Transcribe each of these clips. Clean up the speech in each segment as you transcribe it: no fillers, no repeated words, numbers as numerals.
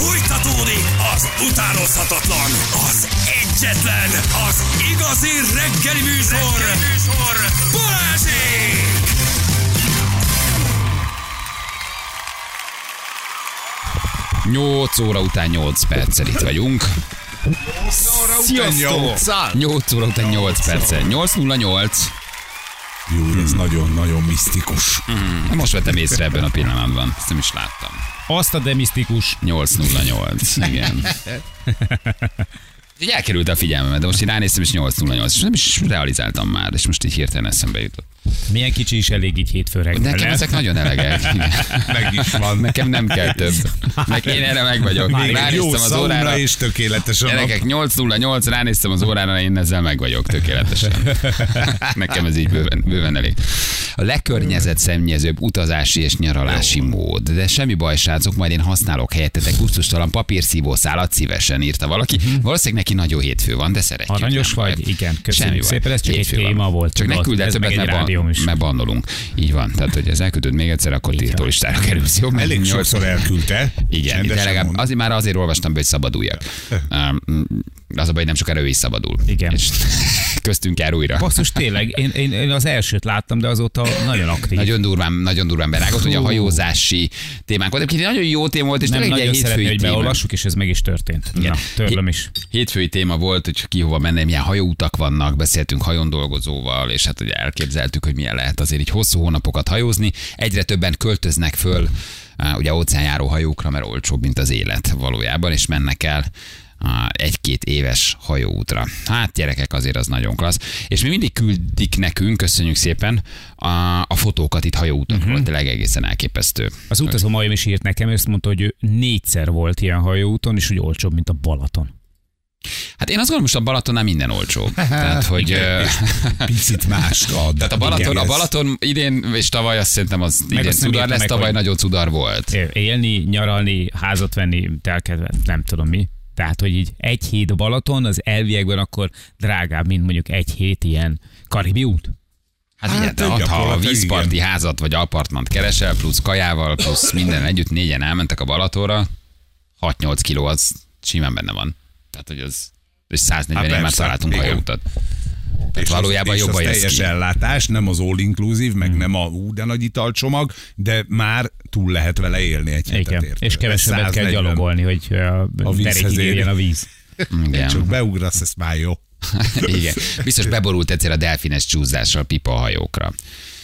Fújtatódik az utánozhatatlan, az egyetlen, az igazi reggeli műsor, Balázsék! 8 óra után 8 perccel itt vagyunk. Sziasztok! 8 óra után 8 perccel. 8:08. Jó, ez nagyon-nagyon misztikus. Most vettem észre ebben a pillanatban. Ezt nem is láttam. Azt a demisztikus. 8:08. Igen. Így elkerült a figyelmemet, de most így ránéztem, és 8:08. És nem is realizáltam már, és most így hirtelen eszembe jutott. Milyen kicsi is elég így hétfő reggel. Nekem ezek nagyon elegek. Meg is van. Nekem nem kell több. Én erre meg vagyok. Még jó Ránéztem az órára. és tökéletes a nap. Gyerekek, 8:08, ránéztem az órára, én ezzel meg vagyok tökéletesen. Nekem ez így bőven elég. A legkörnyezetszennyezőbb utazási és nyaralási mód. De semmi baj, srácok, majd én használok helyettetek gusztustalan papírszívószálat szívesen, írta valaki. Valószínűleg neki nagyon hétfő van, de szeretjük. Aranyos vagy? Igen, köszönjük szépen, ez csak egy téma volt. Csak ne küld el többet, mert bannolunk. Így van. Tehát, hogy ez elküldöd még egyszer, akkor tiltólistára kerülsz. Jó? Elég sokszor elküldte. Igen, de legalább azért olvastam be, hogy szabaduljak. Az a baj, nem sokára ő is szabadul. Igen. És köztünk jár újra. Basszus, tényleg, én az elsőt láttam, de azóta nagyon aktív. Nagyon durván berágott, hogy a hajózási témánk volt. Egyébként nagyon jó téma volt, és nem tényleg egy hétfői hogy beolvassuk, és ez meg is történt. Igen. Na, törlöm is. Hétfői téma volt, hogy ki hova menne, milyen hajóutak vannak, beszéltünk hajón dolgozóval, és hát ugye elképzeltük, hogy milyen lehet azért így hosszú hónapokat hajózni. Egyre többen költöznek föl ugye óceánjáró hajókra, mert olcsóbb, mint az élet valójában, és mennek el 1-2 éves hajóútra. Hát gyerekek, azért az nagyon klassz. És mi mindig küldik nekünk, köszönjük szépen, a fotókat itt hajóútokról, tényleg egészen elképesztő. Az utazó majom is írt nekem, és azt mondta, hogy ő 4-szer volt ilyen hajóúton, és hogy olcsóbb, mint a Balaton. Hát én azt gondolom, most a Balatonnál minden olcsó. Tehát, hogy picit mást ad. Tehát a Balaton idén és tavaly azt szerintem az idén cudar lesz, tavaly nagyon cudar volt. Élni, nyaralni, házat venni, telkedve, nem tudom mi. Tehát, hogy így 1 hét Balaton, az elviekben akkor drágább, mint mondjuk 1 hét ilyen karibi út. Hát igen, ha a vízparti házat vagy apartmant keresel, plusz kajával, plusz minden együtt, 4-en elmentek a Balatonra, 6-8 kiló az simán benne van. Tehát, hogy az, és 140 év már találtunk hajóutat. Tehát valójában jobb a teljes ellátás, nem az all inclusive, meg nem a de nagy italcsomag, de már túl lehet vele élni egy hetet érte. És kevesebbet kell gyalogolni, hogy a derékig érjen a víz. Igen. Csak beugrasz, ez már jó. Igen. Biztos beborult egyszer a delfines csúszással pipa hajókra.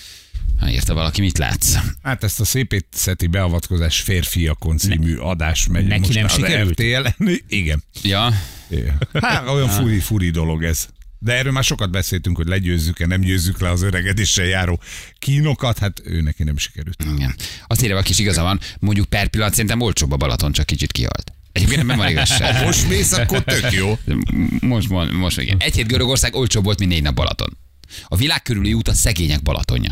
Írta valaki, mit látsz? Hát ezt a szépészeti beavatkozás férfiakon című adás megy. Neki most nem sikerült? Igen. Ja. Hát olyan furi dolog ez. De erről már sokat beszéltünk, hogy legyőzzük-e, nem győzzük le az öregedéssel járó kínokat, hát ő neki nem sikerült. Igen. Azt írja, valaki is igaza van, mondjuk per pillanat szerintem olcsóbb a Balaton, csak kicsit kihalt. Egyébként nem van igazság. Ha most mész, akkor tök jó. Most igen. 1 hét Görögország olcsóbb volt, mint 4 nap Balaton. A világ körüli út a szegények Balatonja.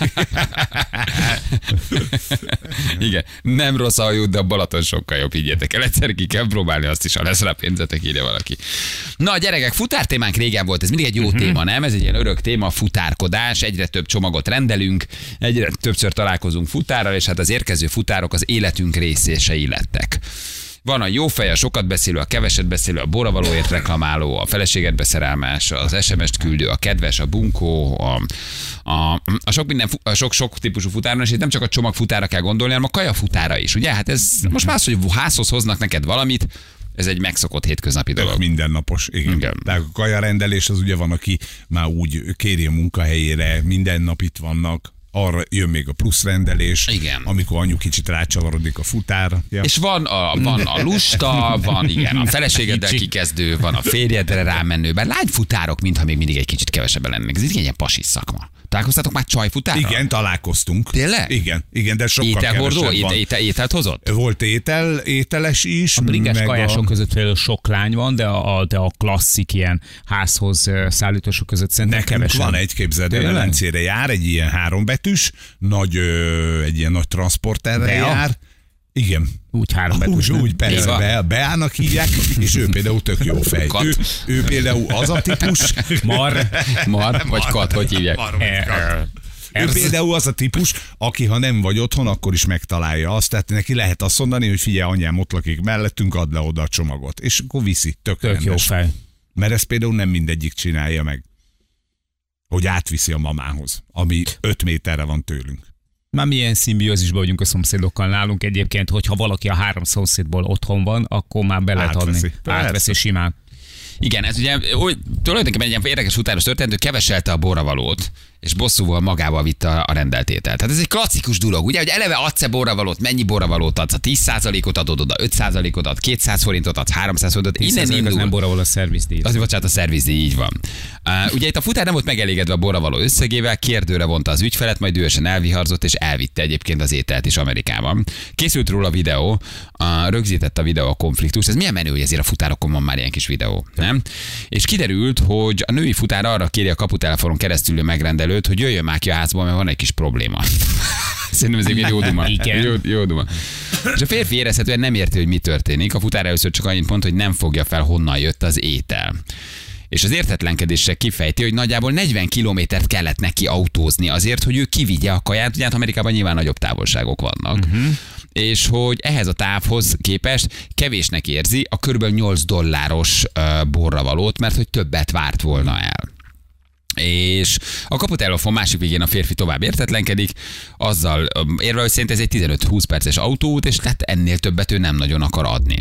Igen, nem rossz a hajó, de a Balaton sokkal jobb, higgyetek el. Egyszer ki kell próbálni, azt is, ha lesz rá pénzetek, írja valaki. Na gyerekek, futártémánk régen volt, ez mindig egy jó téma, nem? Ez egy ilyen örök téma, futárkodás, egyre több csomagot rendelünk, egyre többször találkozunk futárral, és hát az érkező futárok az életünk részései lettek. Van a jó fej, a sokat beszélő, a keveset beszélő, a borravalóért reklamáló, a feleséget beszerelmás, az SMS-t küldő, a kedves, a bunkó, a sok minden, sok típusú futáron, és itt nem csak a csomagfutára kell gondolni, hanem a kajafutára is, ugye? Hát ez most már az, hogy házhoz hoznak neked valamit, ez egy megszokott hétköznapi dolog. Mindennapos, igen. De a kajarendelés az ugye van, aki már úgy kéri a munkahelyére, minden nap itt vannak. Arra jön még a plusz rendelés, igen. Amikor anyu kicsit rácsavarodik a futárra. Ja. És van a lusta, van igen, a feleségeddel kikezdő, van a férjedre rámenő, bár lányfutárok, mintha még mindig egy kicsit kevesebben lennének. Ez egy ilyen pasis szakma. Találkoztatok már csajfutárral? Igen, találkoztunk. Tényleg? Igen, de sokkal kevesebb van. Ételt hozott? Volt ételes is. A bringás kajások között például sok lány van, de a klasszik ilyen házhoz szállítósok között szerintem kevesen. Van egy, képzeld el, Velencére jár, egy ilyen 3 betűs, egy ilyen nagy transporterre jár. Igen. Úgy 3 betűs. Úgy persze, Beának hívják, és ő például tök jó fej. Ő például az a típus. Mar vagy Kat, hogy hívják? Ő például az a típus, aki ha nem vagy otthon, akkor is megtalálja azt. Tehát neki lehet azt mondani, hogy figyelj, anyám ott lakik mellettünk, add le oda a csomagot. És akkor viszi. Tök jó fej. Mert ezt például nem mindegyik csinálja meg. Hogy átviszi a mamához, ami 5 méterre van tőlünk. Már milyen szimbiózisban vagyunk a szomszédokkal nálunk egyébként, hogyha valaki a 3 szomszédból otthon van, akkor már be lehet adni. Átveszi simán. Igen, ez ugye tulajdonképpen egy ilyen érdekes futáros történet, hogy keveselte a borravalót, és bosszúval magával vitte a rendeltételt. Tehát ez egy klasszikus dolog, ugye, hogy eleve adsz-e borravalót, mennyi borravalót adsz, a 10%-ot adod oda, 5%-ot adsz, 200 forintot adsz, 300 forintot, innen indul. Az nem borravaló, a szervizdíj. Az, bocsánat, a szervizdíj, így van. Ugye itt a futár nem volt megelégedve a borravaló összegével, kérdőre vonta az ügyfelet, majd dühösen elviharzott, és elvitte egyébként az ételt is Amerikában. Készült róla a videó, rögzítette a videó a konfliktust. Ez milyen menő, hogy ezért a futárokon van már ilyen kis videó, nem? És kiderült, hogy a női futár arra kéri a kaputelefonon keresztül a megrendelőt, hogy jöjjön már ki a házból, mert van egy kis probléma. Szerintem ez egy jó duma. Jó duma. És a férfi érezhetően nem érti, hogy mi történik. A futár először csak annyit mond, hogy nem fogja fel, honnan jött az étel. És az értetlenkedéssel kifejti, hogy nagyjából 40 kilométert kellett neki autózni azért, hogy ő kivigye a kaját, ugye hát Amerikában nyilván nagyobb távolságok vannak. És hogy ehhez a távhoz képest kevésnek érzi a kb. $8 borravalót, mert hogy többet várt volna el. És a kaputelefon másik végén a férfi tovább értetlenkedik, azzal érve, hogy szerint ez egy 15-20 perces autóút, és tehát ennél többet ő nem nagyon akar adni.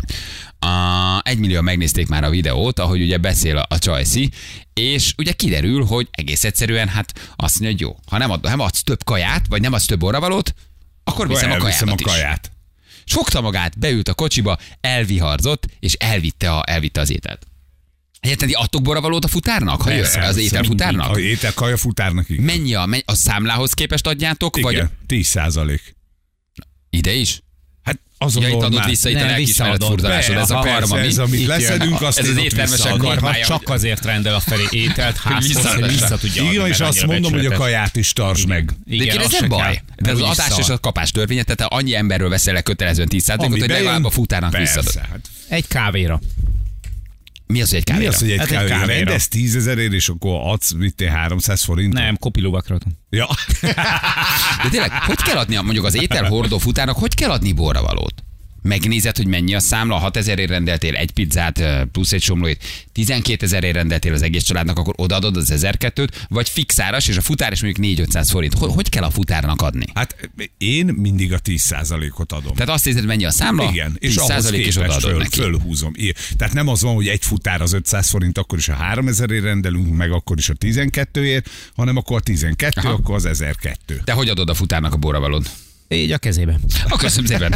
1 millió megnézték már a videót, ahogy ugye beszél a Csajci, és ugye kiderül, hogy egész egyszerűen hát azt mondja, hogy jó, ha nem adsz több kaját, vagy nem adsz több borravalót, akkor viszem a kaját is. És fogta magát, beült a kocsiba, elviharzott, és elvitte az ételt. Egyébként adtok borravalót a futárnak? Ha jössz az ételfutárnak? A ételkaja futárnak, igen. Mennyi a számlához képest adjátok? Igen, vagy 10%. Ide is? Hát azon itt adott vissza, itt a lelkiismeret furdalásod, ez a karma. Ez, amit leszedünk, azt ez az éttermesek karmája. Csak azért rendel a felé ételt házhoz, hogy vissza tudja adni. Igen, és azt mondom, hogy a kaját is tartsd meg. De ez nem baj. De az adás és a kapás törvénye, tehát annyi emberről veszel le kötelezően 10%-ot, hogy legalább a futárnak visszadod. Egy kávéra. Mi az, hogy egy kávéra? Mi az, hogy egy kávéra? Rendez 10 000-ért, és akkor adsz, mit 300 forint? Nem, kopilóvakra. Ja. De tényleg, hogy kell adni, mondjuk az ételhordó futárnak, hogy kell adni borravalót? Megnézed, hogy mennyi a számla, 6000-ért rendeltél egy pizzát plusz egy somlóit, 12 000-ért rendeltél az egész családnak, akkor odaadod az 1200-t, vagy fixáras, és a futár is mondjuk 400-500 forint. Hogy kell a futárnak adni? Hát én mindig a 10%-ot adom. Tehát azt nézed, mennyi a számla? Igen, és ahhoz képest fölhúzom. Tehát nem az van, hogy egy futár az 500 forint, akkor is a 3000-ért rendelünk, meg akkor is a 12-ért, hanem akkor a 12, akkor az 1200. Te hogy adod a futárnak a borravalót? Így a kezébe. Köszönöm szépen.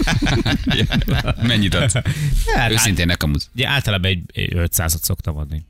Mennyit adsz? Őszintén nekem úgy. Ugye általában egy 500-at szoktam adni.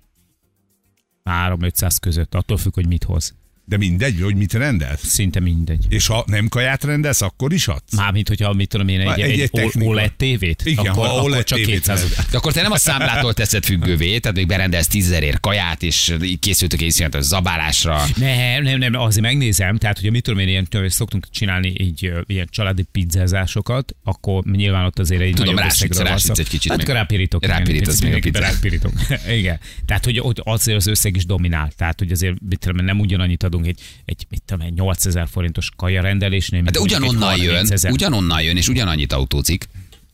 3-500 között, attól függ, hogy mit hoz. De mindegy, hogy mit rendelsz? Szinte mindegy. És ha nem kaját rendelsz, akkor is adsz? Mármint, hogyha mit tudom én, egy OLED tévét, igen, akkor csak 200. De akkor te nem a számlától teszed függővé, tehát még berendelsz 10 000-ért kaját, és készültök a zabálásra. Nem, azért megnézem, tehát hogyha mit tudom én, ilyen, szoktunk csinálni ilyen családi pizzázásokat, akkor nyilván ott azért egy tudom, nagyobb összegről van szó. egy kicsit. Hát rápirítok. Rápirítok. Igen. Tehát, hogy ott azért az összeg is dominál. Tehát, hogy azért nem ugyanannyit adunk egy 8000 forintos kaja rendelésnél. De ugyanonnan jön, és ugyanannyit autózik.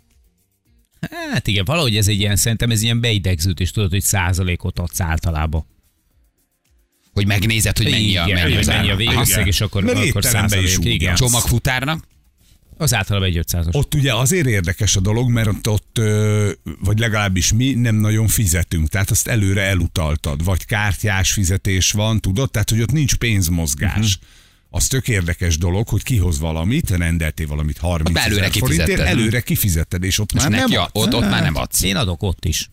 Hát igen, valahogy ez egy ilyen, szerintem ez ilyen beidegzőt, és tudod, hogy 1%-ot adsz általában. Hogy megnézed, hogy mennyi a végösszeg, és akkor 100%. Igen. Csomagfutárnak? Az általában egy 500-os. Ott ugye azért érdekes a dolog, mert ott, vagy legalábbis mi nem nagyon fizetünk, tehát azt előre elutaltad, vagy kártyás fizetés van, tudod, tehát hogy ott nincs pénzmozgás. Az tök érdekes dolog, hogy kihoz valamit, rendeltél valamit 30 000 forintért, előre kifizetted, és ott már nem adsz. Ott már nem adsz. Én adok ott is.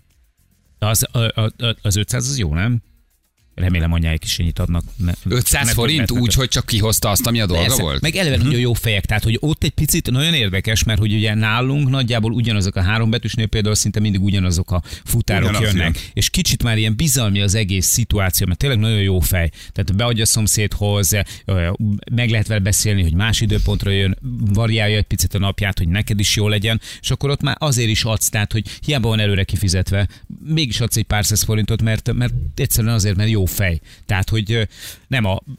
Az 500 az jó, nem? Remélem anyáik is ennyit adnak. 500 forint úgy, hogy csak kihozta azt, ami a dolga volt? Meg eleve nagyon jó fejek, tehát hogy ott egy picit nagyon érdekes, mert hogy ugye nálunk nagyjából ugyanazok a 3 betűsnél például szinte mindig ugyanazok a futárok jönnek. És kicsit már ilyen bizalmi az egész szituáció, mert tényleg nagyon jó fej. Tehát beadja a szomszédhoz, meg lehet vele beszélni, hogy más időpontra jön, variálja egy picit a napját, hogy neked is jó legyen, és akkor ott már azért is adsz, tehát hogy hiába van előre kifizetve, mégis adsz egy pár száz forintot, mert egyszerűen azért, mert jó fej. Tehát, hogy nem a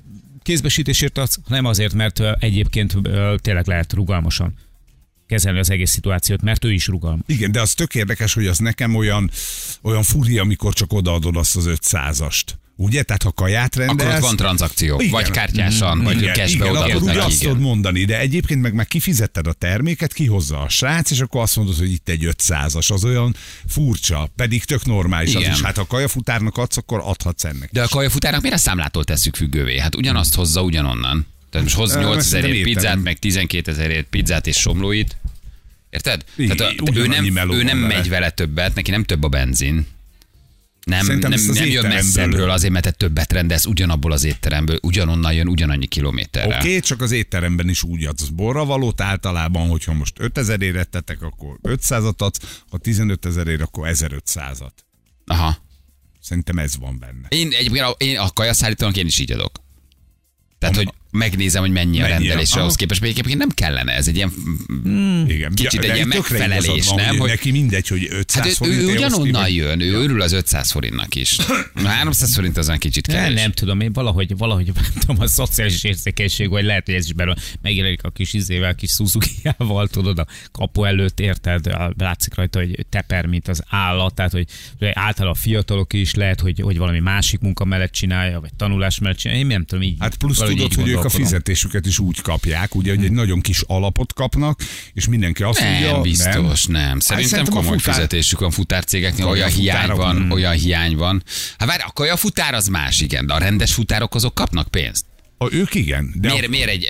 kézbesítésért adsz, hanem azért, mert egyébként tényleg lehet rugalmasan kezelni az egész szituációt, mert ő is rugalmas. Igen, de az tök érdekes, hogy az nekem olyan furi, amikor csak odaadod azt az 500-ast. Ugye? Tehát ha kaját rendelsz... Akkor ott van tranzakció, igen, vagy kártyásan, vagy cashbe odaadod akkor neki. úgy azt tudod mondani, de egyébként meg kifizetted a terméket, kihozza a srác, és akkor azt mondod, hogy itt egy 500-as, az olyan furcsa, pedig tök normális az is. Hát ha kajafutárnak adsz, akkor adhatsz ennek. De a kajafutárnak miért a számlától tesszük függővé? Hát ugyanazt hozza ugyanonnan. Tehát most hoz 8000 pizzát, meg 12 pizzát és somlóit. Érted? Igen, tehát ő nem megy vele többet, neki nem több a benzin. Nem jön messzebbről azért, mert te többet rendelsz ugyanabból az étteremből, ugyanonnan jön ugyanannyi kilométerre. Oké, csak az étteremben is úgy adsz borravalót általában, hogyha most 5000-ért ettetek, akkor 500-at adsz, ha 15 000-ért, akkor 1500-at. Aha. Szerintem ez van benne. Én a kajaszállítónak én is így adok. Tehát, hogy megnézem, hogy mennyi a rendelésre ahhoz képest, mert egyébként nem kellene, ez egy ilyen kicsit egy ilyen megfelelés, nem? Hogy neki mindegy, hogy 500 hát forint. Ő ugyanonnan jön, ő örül az 500 forintnak is. A 300 forint azon kicsit kevés. Nem tudom, én valahogy tudom, a szociális érzékenység, vagy lehet, hogy ez is belőle megjelenik a kis izével, kis Suzuki-jával, tudod, a kapu előtt, érted, látszik rajta, hogy teper, mint az állat, tehát, hogy általában a fiatalok is lehet, hogy valami másik munka mellett csinálja, vagy tanulás mellett csinálja, én nem tudom, így. Hát plusz tudod, hogy ők a fizetésüket is úgy kapják, ugye, hogy egy nagyon kis alapot kapnak, és mindenki azt mondja, nem, biztos, nem. Szerintem komoly fizetésük van futárcégeknél, olyan hiány van. Hát várj, a kajafutár az más, igen, de a rendes futárok azok kapnak pénzt. Ők igen. De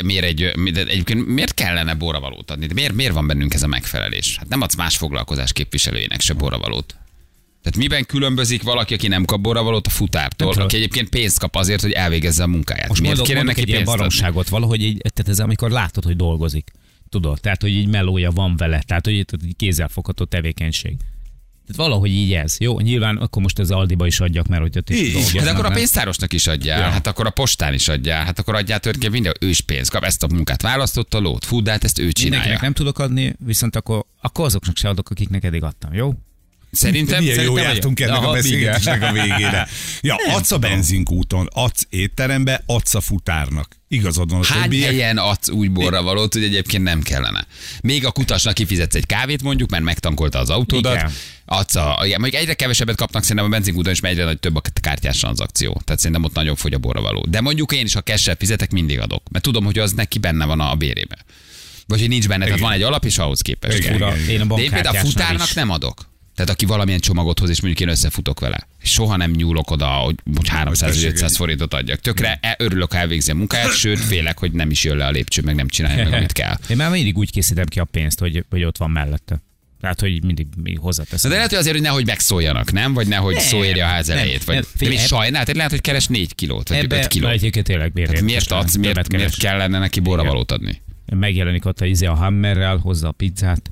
miért kellene borravalót adni? De miért van bennünk ez a megfelelés? Hát nem adsz más foglalkozás képviselőjének se borravalót. Tehát miben különbözik valaki, aki nem kap borravalót a futártól, aki egyébként pénzt kap azért, hogy elvégezze a munkáját? Most miért kéne neki egy ilyen baromságot valahogy így, tehát ez amikor látod, hogy dolgozik. Tudod, tehát hogy így melója van vele, tehát hogy egy kézzelfogható tevékenység. Tehát valahogy így ez. Jó, nyilván akkor most az Aldiba is adjak, mert hogy ott is dolgoznak. Hát akkor a pénztárosnak is adjál, ja. Hát akkor a postán is adjál, hát akkor adjál történetesen minden, ő is pénzt kap, ezt a munkát választotta, lót, fut, de hát ezt ő csinálja. Mindenkinek nem tudok adni, viszont akkor azoknak se adok, akiknek eddig adtam, jó? Szerintem jó jártunk ennek a beszélgetésnek a végére. Ja, adsz a benzinkúton, adsz étterembe, adsz a futárnak. Igazad van a hány többiek. helyen adsz úgy borravalót, hogy egyébként nem kellene? Még a kutasnak kifizetsz egy kávét mondjuk, mert megtankolta az autódat. Mondjuk egyre kevesebbet kapnak szerintem a benzinkúton, és egyre nagy több a kártyás tranzakció. Tehát szerintem ott nagyon fogy a borravaló. De mondjuk én is, ha cash-sel fizetek, mindig adok. Mert tudom, hogy az neki benne van a bérébe. Vagy hogy nincs benne, tehát van egy alap, és ahhoz képest. Igen. De én például a futárnak nem adok. Tehát aki valamilyen csomagot hoz, és mondjuk én összefutok vele. Soha nem nyúlok oda, hogy 300-500 forintot adjak. Tökre örülök, ha elvégzi a munkáját, sőt félek, hogy nem is jön le a lépcső, meg nem csinálja meg, amit kell. Én már mindig úgy készítem ki a pénzt, hogy ott van mellette. Tehát, hogy mindig hozzáteszem. De lehet, hogy azért, hogy nehogy megszóljanak, nem? Vagy nehogy szó érje a ház elejét. Vagy mi sajnálod, lehet, hogy keres 4 kilót, vagy 5 kilót. Egyébként tényleg miért adsz, miért kellene neki borravalót adni? Megjelenik ott a Hammerrel, hozza a pizzát.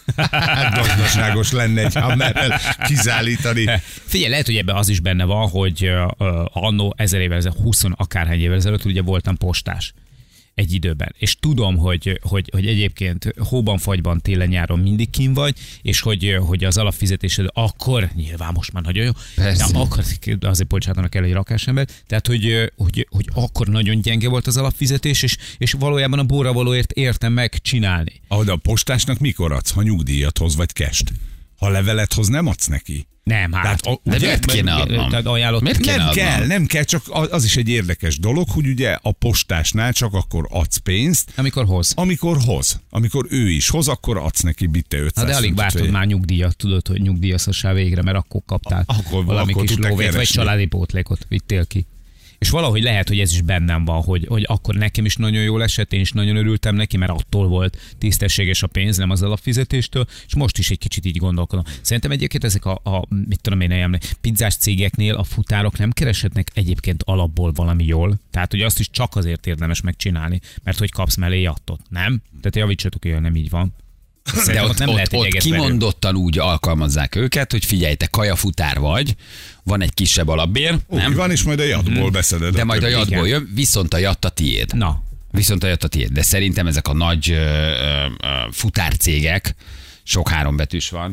Gazdaságos lenne egy Hammerrel kizállítani. Figyelj, lehet, hogy ebben az is benne van, hogy annó 1000 évvel ezelőtt, 20 akárhány évvel ezelőtt ugye voltam postás egy időben. És tudom, hogy egyébként hóban, fagyban, télen, nyáron mindig kín vagy, és hogy az alapfizetésed akkor, nyilván most már nagyon jó, de akkor azért bocsátanak el egy rakásember, tehát hogy akkor nagyon gyenge volt az alapfizetés, és valójában a borravalóért értem meg csinálni. Ahogy a postásnak mikor adsz, ha nyugdíjat hoz, vagy kest? Ha levelet hoz, nem adsz neki? Nem, hát. De miért kéne adnom? Nem kell, csak az is egy érdekes dolog, hogy ugye a postásnál csak akkor adsz pénzt. Amikor hoz. Amikor ő is hoz, akkor adsz neki bitte 500. De alig vártad már nyugdíjat, tudod, hogy nyugdíjazhassál végre, mert akkor kaptál valami kis lóvét, vagy családi pótlékot vittél ki. És valahogy lehet, hogy ez is bennem van, hogy akkor nekem is nagyon jól esett, én is nagyon örültem neki, mert attól volt tisztességes a pénz, nem az alapfizetéstől, és most is egy kicsit így gondolkodom. Szerintem egyébként ezek mit tudom én, pizzás cégeknél a futárok nem kereshetnek egyébként alapból valami jól, tehát hogy azt is csak azért érdemes megcsinálni, mert hogy kapsz mellé jattot, nem? Tehát javítsatok, hogy nem így van. De ott kimondottan úgy alkalmazzák őket, hogy figyelj, te kajafutár vagy, van egy kisebb alapbér, nem? Van, és majd a jatból beszeded. De majd a jatból jön, viszont a jatt a tiéd. Na. Viszont a jatt a tiéd. De szerintem ezek a nagy futárcégek, sok hárombetűs van,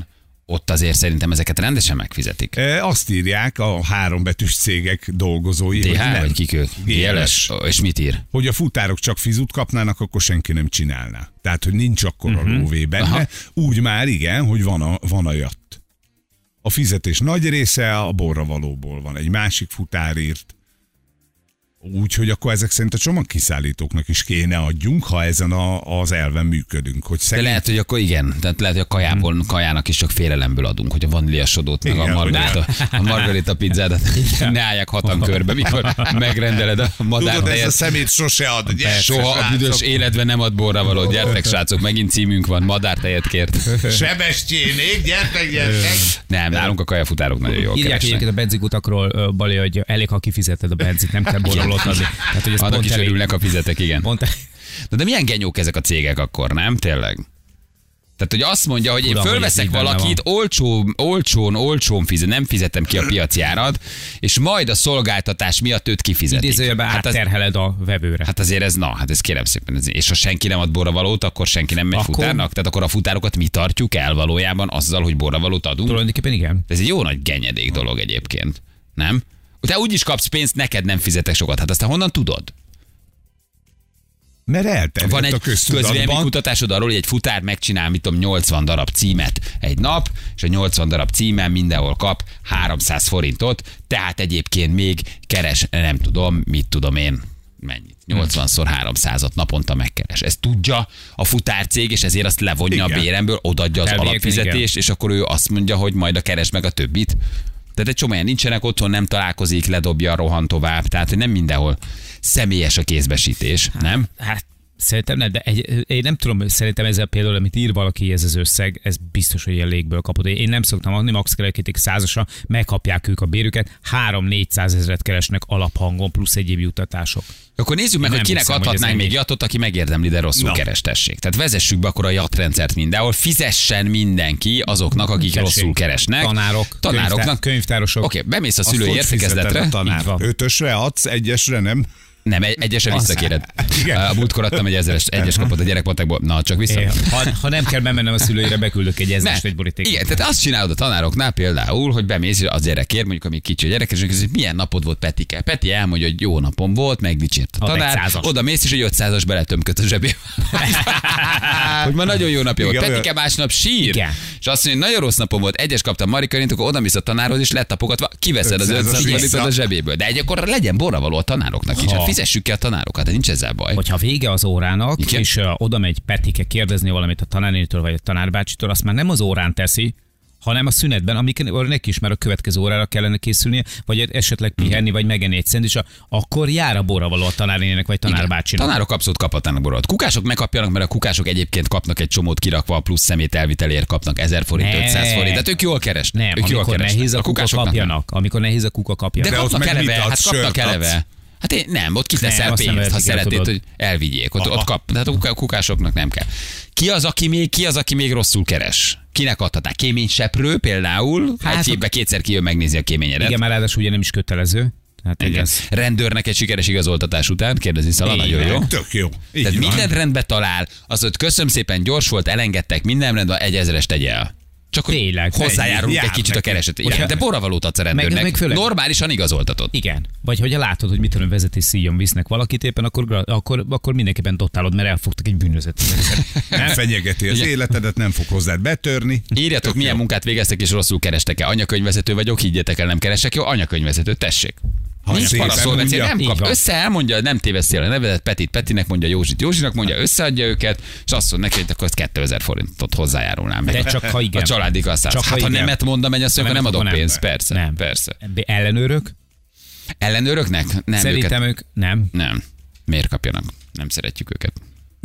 ott azért szerintem ezeket rendesen megfizetik. Azt írják a 3 betűs cégek dolgozói. DH vagy kik ők? GLS. És mit ír? Hogy a futárok csak fizut kapnának, akkor senki nem csinálná. Tehát, hogy nincs akkor a lóvé benne. Aha. Úgy már igen, hogy van a jatt. A fizetés nagy része a borravalóból van. Egy másik futár írt. Úgyhogy akkor ezek szerint a csomagkiszállítóknak is kéne adjunk, ha ezen az elven működünk. Hogy de lehet, hogy akkor igen, tehát lehet, hogy a kajának is csak félelemből adunk, hogy a vaníliasodót, meg a margarita pizzádat ne állják 6 körbe, mikor megrendeled a madár. Tudod, ez a szemét sose ad. Soha a büdös életben nem ad borravalót. Gyertek, srácok, megint címünk van, madártejet kért. Sebestyénék, gyertek. Nem, nálunk a kajafutárok nagyon jól keresnek. Írják egyébként a benzikutakról, Bali, hogy elég, ha kifizeted a benzit, nem kell borravalót adni. Tehát, hogy annak is örülnek, ha fizetek, igen. De milyen genyók ezek a cégek akkor, nem? Tényleg? Tehát, hogy azt mondja, hogy én fölveszek valakit, olcsón fizet, nem fizetem ki a piaci árat, és majd a szolgáltatás miatt őt kifizetik. Idézőjelben átterheled a vevőre. Hát azért ez kérem szépen. És ha senki nem ad borravalót, akkor senki nem megy futárnak? Tehát akkor a futárokat mi tartjuk el valójában azzal, hogy borravalót adunk? Tulajdonképpen igen. Ez egy jó nagy genyedék dolog egyébként. Nem? Te úgyis kapsz pénzt, neked nem fizetek sokat. Hát aztán honnan tudod? Mert elterjedt van egy a köztudatban. közvéleménykutatásod arról, hogy egy futár megcsinál, 80 darab címet egy nap, és a 80 darab címen mindenhol kap 300 forintot, tehát egyébként még keres, nem tudom, mit tudom én, mennyit. 80x300-at naponta megkeres. Ezt tudja a futárcég, és ezért azt levonja a béremből, odaadja az alapfizetést, és akkor ő azt mondja, hogy majd keres meg a többit. Tehát egy csomó nincsenek otthon, nem találkozik, ledobja, rohan tovább. Tehát, hogy nem mindenhol személyes a kézbesítés, nem? Hát szerintem nem, de én nem tudom, szerintem ezzel például, amit ír valaki, ez az összeg, ez biztos, hogy ilyen légből kapod. Én nem szoktam adni, max kerekedik 100-asra, megkapják ők a bérüket, 3-400 ezret keresnek alaphangon, plusz egyéb juttatások. Akkor nézzük meg, hogy kinek adhatnánk még jatot, aki megérdemli, de rosszul kerestessék. Tehát vezessük be akkor a jatrendszert mindenhol, fizessen mindenki azoknak, akik rosszul keresnek. Tanároknak. Könyvtárosok. Oké, bemész a szülői értekezletre. 5-ösre adsz, 1-esre nem? Nem, egyesre visszakéred. A múltkor adtam egy 1000-es kapott a gyerekpatakból. Na, csak vissza. Ha nem kell bemennem a szülőire, beküldök egy 1000-est egy borítékot. Igen, tehát azt csinálod a tanároknál például, hogy bemész az gyerekért, mondjuk amíg kicsi a gyerek, és hogy milyen napod volt Petike. Peti elmondja, hogy jó napom volt, megdicsért a tanár. Oda mész, és egy 500-as beletömköt a zsebébe. Hogy ma nagyon jó napja volt. Petike másnap sír. Igen. És azt mondja, nagyon rossz napom volt, 1-es kaptam Marikarint, akkor oda mész a tanárhoz, és letapogatva kiveszed az 500 forintot a zsebéből. De akkor legyen borravaló a tanároknak is. Fizessük ki a tanárokat, de nincs ezzel baj. Hogyha vége az órának, igen, és oda megy Petike kérdezni valamit a tanárnénitől vagy a tanárbácsitól, azt már nem az órán teszi, hanem a szünetben, amikor neki is már a következő órára kellene készülnie, vagy esetleg pihenni, vagy megenni egy szendvics, akkor jár a borravaló a tanárnének vagy tanárbácsinak. Tanárok abszolút kaphatnának borravalót. Kukások megkapjanak, mert a kukások egyébként kapnak egy csomót kirakva, plusz szemét elvitelért kapnak 1000 forint, 500 forint. Tehát ők jól keresnek. Nem, amikor nehéz a kuka kapjanak. Amikor nehéz a kuka kapjanak. De kapnak eleve, hát kapnak eleve. Hát én nem, ott kiteszel pénzt, ha szeretnéd, hogy elvigyék. Ott kap, tehát a kukásoknak nem kell. Ki az, aki még rosszul keres? Kinek adhatnák? Kéményseprő például? Hát egy évben 2-szer kijön megnézi a kéményedet. Igen, már ráadásul ugye nem is kötelező. Hát igen. Rendőrnek egy sikeres igazoltatás után, kérdezi Szala, nagyon jó. Tök jó. Tehát mindent rendbe talál, az, hogy köszönöm szépen, gyors volt, elengedtek, minden rendben, 1000-est tegye el. Csak tényleg, hozzájárulunk egy kicsit a kereset. De borravalót adsz a rendőrnek. Normálisan igazoltatott. Igen. Vagy hogyha látod, hogy mit tudom, vezetés szíjon visznek valakit éppen, akkor mindenképpen dotálod, mert elfogtak egy bűnözőt. Nem fenyegeti az életedet, nem fog hozzád betörni. Írjatok, milyen munkát végeztek és rosszul kerestek-e. Anyakönyvvezető vagyok, higgyetek el, nem keresek. Jó, anyakönyvvezető, tessék. Nincs panaszolvecél, nem kap. Mondja, nem tévesztél a nevedet, Petinek mondja, Józsinak mondja, összeadja őket, és azt mondja neki, hogy akkor 2000 forintot hozzájárulnám meg. De csak ha igen. A családi kasszához. Hát ha nemet mondom, menj azt mondja, akkor nem adok pénzt. Persze. Nem. Persze. Ellenőrök? Ellenőröknek? Nem. Szerintem ők nem. Nem. Miért kapjanak? Nem szeretjük őket.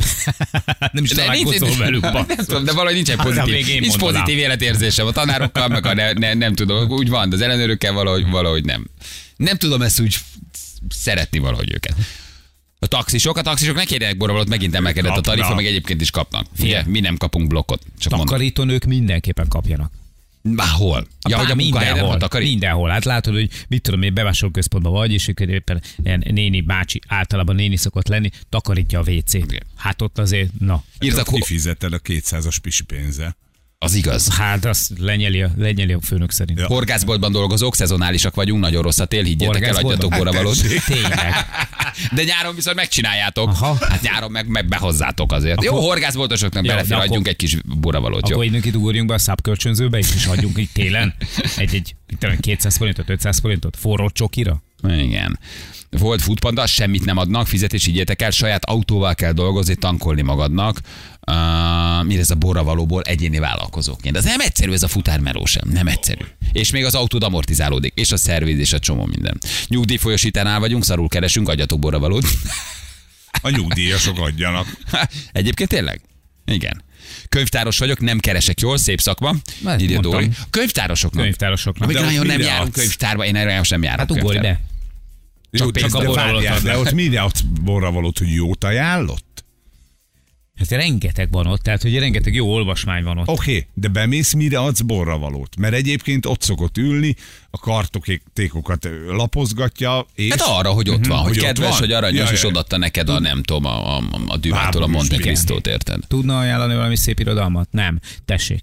Nem is találkozol velük. De valahogy nincs egy pozitív életérzésem a tanárokkal, meg nem tudom, úgy van, de az ellenőrökkel valahogy nem. Nem tudom ezt úgy szeretni valahogy őket. A taxisok ne kérjenek borravalót, megint emelkedett a tarifa, meg egyébként is kapnak. Ugye? Mi nem kapunk blokkot. Takarítónők mindenképpen kapjanak. Hol? Ja, hogy a mindenhol. Hát látod, hogy mit tudom én, bevásárlóközpontban vagy, és éppen néni, bácsi, általában néni szokott lenni, takarítja a WC-t. Hát ott azért, na. Írtak, kifizetted a 200-as pisi pénzzel. Az igaz. Hát azt lenyeli a főnök szerint. Ja. Horgászboltban dolgozók, szezonálisak vagyunk, nagyon rossz a tél, higgyétek el, adjatok boravalót. Tényleg. De nyáron viszont megcsináljátok. Aha. Hát nyáron meg behozzátok azért. Akkor... Jó, horgászboltosoknak belefér, adjunk egy kis boravalót. Akkor időnként ugorjunk be a szabkölcsönzőbe, és adjunk így télen egy 200 forintot, 500 forintot forró csokira. Igen. Volt Foodpanda, semmit nem adnak, fizetés, higgyétek el, saját autóval kell dolgozni, tankolni magadnak. Mire ez a boravalóból egyéni vállalkozóként. Ez nem egyszerű, ez a futármeló sem. Nem egyszerű. És még az autód amortizálódik, és a szerviz, és a csomó minden. Nyugdíjfolyosítánál vagyunk, szarul keresünk, adjatok boravalót. A nyugdíjasok adjanak. Egyébként tényleg? Igen. Könyvtáros vagyok, nem keresek jól, szép szakma. Ide Dóri. Könyvtárosoknak. Amíg nagyon nem járunk könyvtárba, én erre sem járok. Hát ugorj be. Csak a boravalót. De ott mire adsz boravalót, hogy jót ajánlott? Hát rengeteg van ott, tehát hogy rengeteg jó olvasmány van ott. Oké, de bemész, mire adsz borravalót? Mert egyébként ott szokott ülni, a kartotékokat lapozgatja, és... Hát arra, hogy ott van, hogy kedves, van? Hogy aranyos, és odatta neked a nem tudom, a Dümától a Monte Cristót, érted? Tudna ajánlani valami szép irodalmat? Nem. Tessék.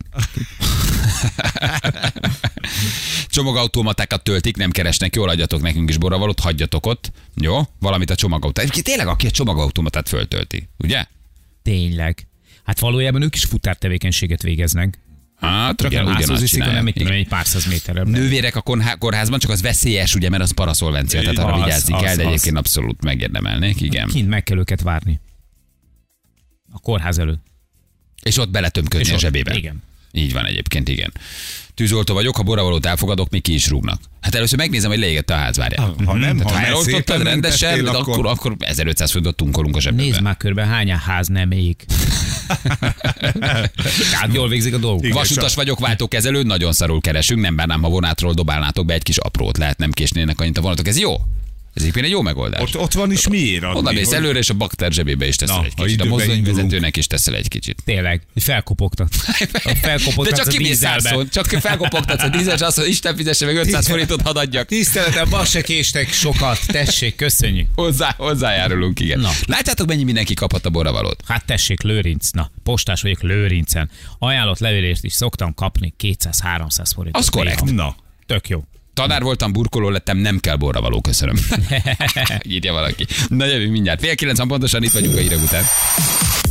Csomagautomatákat töltik, nem keresnek, jól adjatok nekünk is borravalót, hagyjatok ott, jó? Valamit a csomagautomatát. Tényleg, aki a csomagautomatát föltölti, ugye? Tényleg. Hát valójában ők is futártevékenységet végeznek. Hát, csak nem ászóziszik, hanem egy pár száz méterre. Nővérek a kórházban, csak az veszélyes, ugye, mert az paraszolvencia, tehát arra vigyázni kell, de egyébként abszolút megérdemelnék, igen. Kint meg kell őket várni. A kórház előtt. És ott beletömködni a zsebébe. Igen. Így van egyébként, igen. Tűzoltó vagyok, ha boravalót elfogadok, még ki is rúgnak. Hát először megnézem, hogy leégette a ház, várjál. Ha elosztottad rendesen, akkor 1500 forintot tunkolunk a zsebébe. Nézd már körbe, hány ház nem ég. Tehát jól végzik a dolgok. Vasutas vagyok, váltókezelő, nagyon szarul keresünk, nem bánnám, ha vonátról dobálnátok be egy kis aprót, lehet nem késnének annyit a vonatok. Ez jó. Ez egy jó megoldás. Ott van is miért adni? Oda mész előre, és a bakter zsebébe is teszel egy kicsit. A mozdonyvezetőnek is teszel egy kicsit. Tényleg, hogy felkopogtat. De csak kimész szárszón, csak felkopogtatsz a dízel, és azt mondod, Isten fizesse meg 500 forintot, hadd adjak. Tiszteletem, ma se késtek sokat, tessék, köszönjük. Hozzájárulunk, igen. Na. Látjátok, mennyi mindenki kaphat a boravalót? Hát tessék, Lőrinc, na, postás vagyok Lőrincen. Ajánlott levélést is szoktam kapni 200-300 forintot. Az korrekt. Na. Tök jó. Tanár voltam, burkoló lettem, nem kell borravaló, köszönöm. Írja valaki. Na jövünk mindjárt. 8:30 pontosan itt vagyunk a hírek után.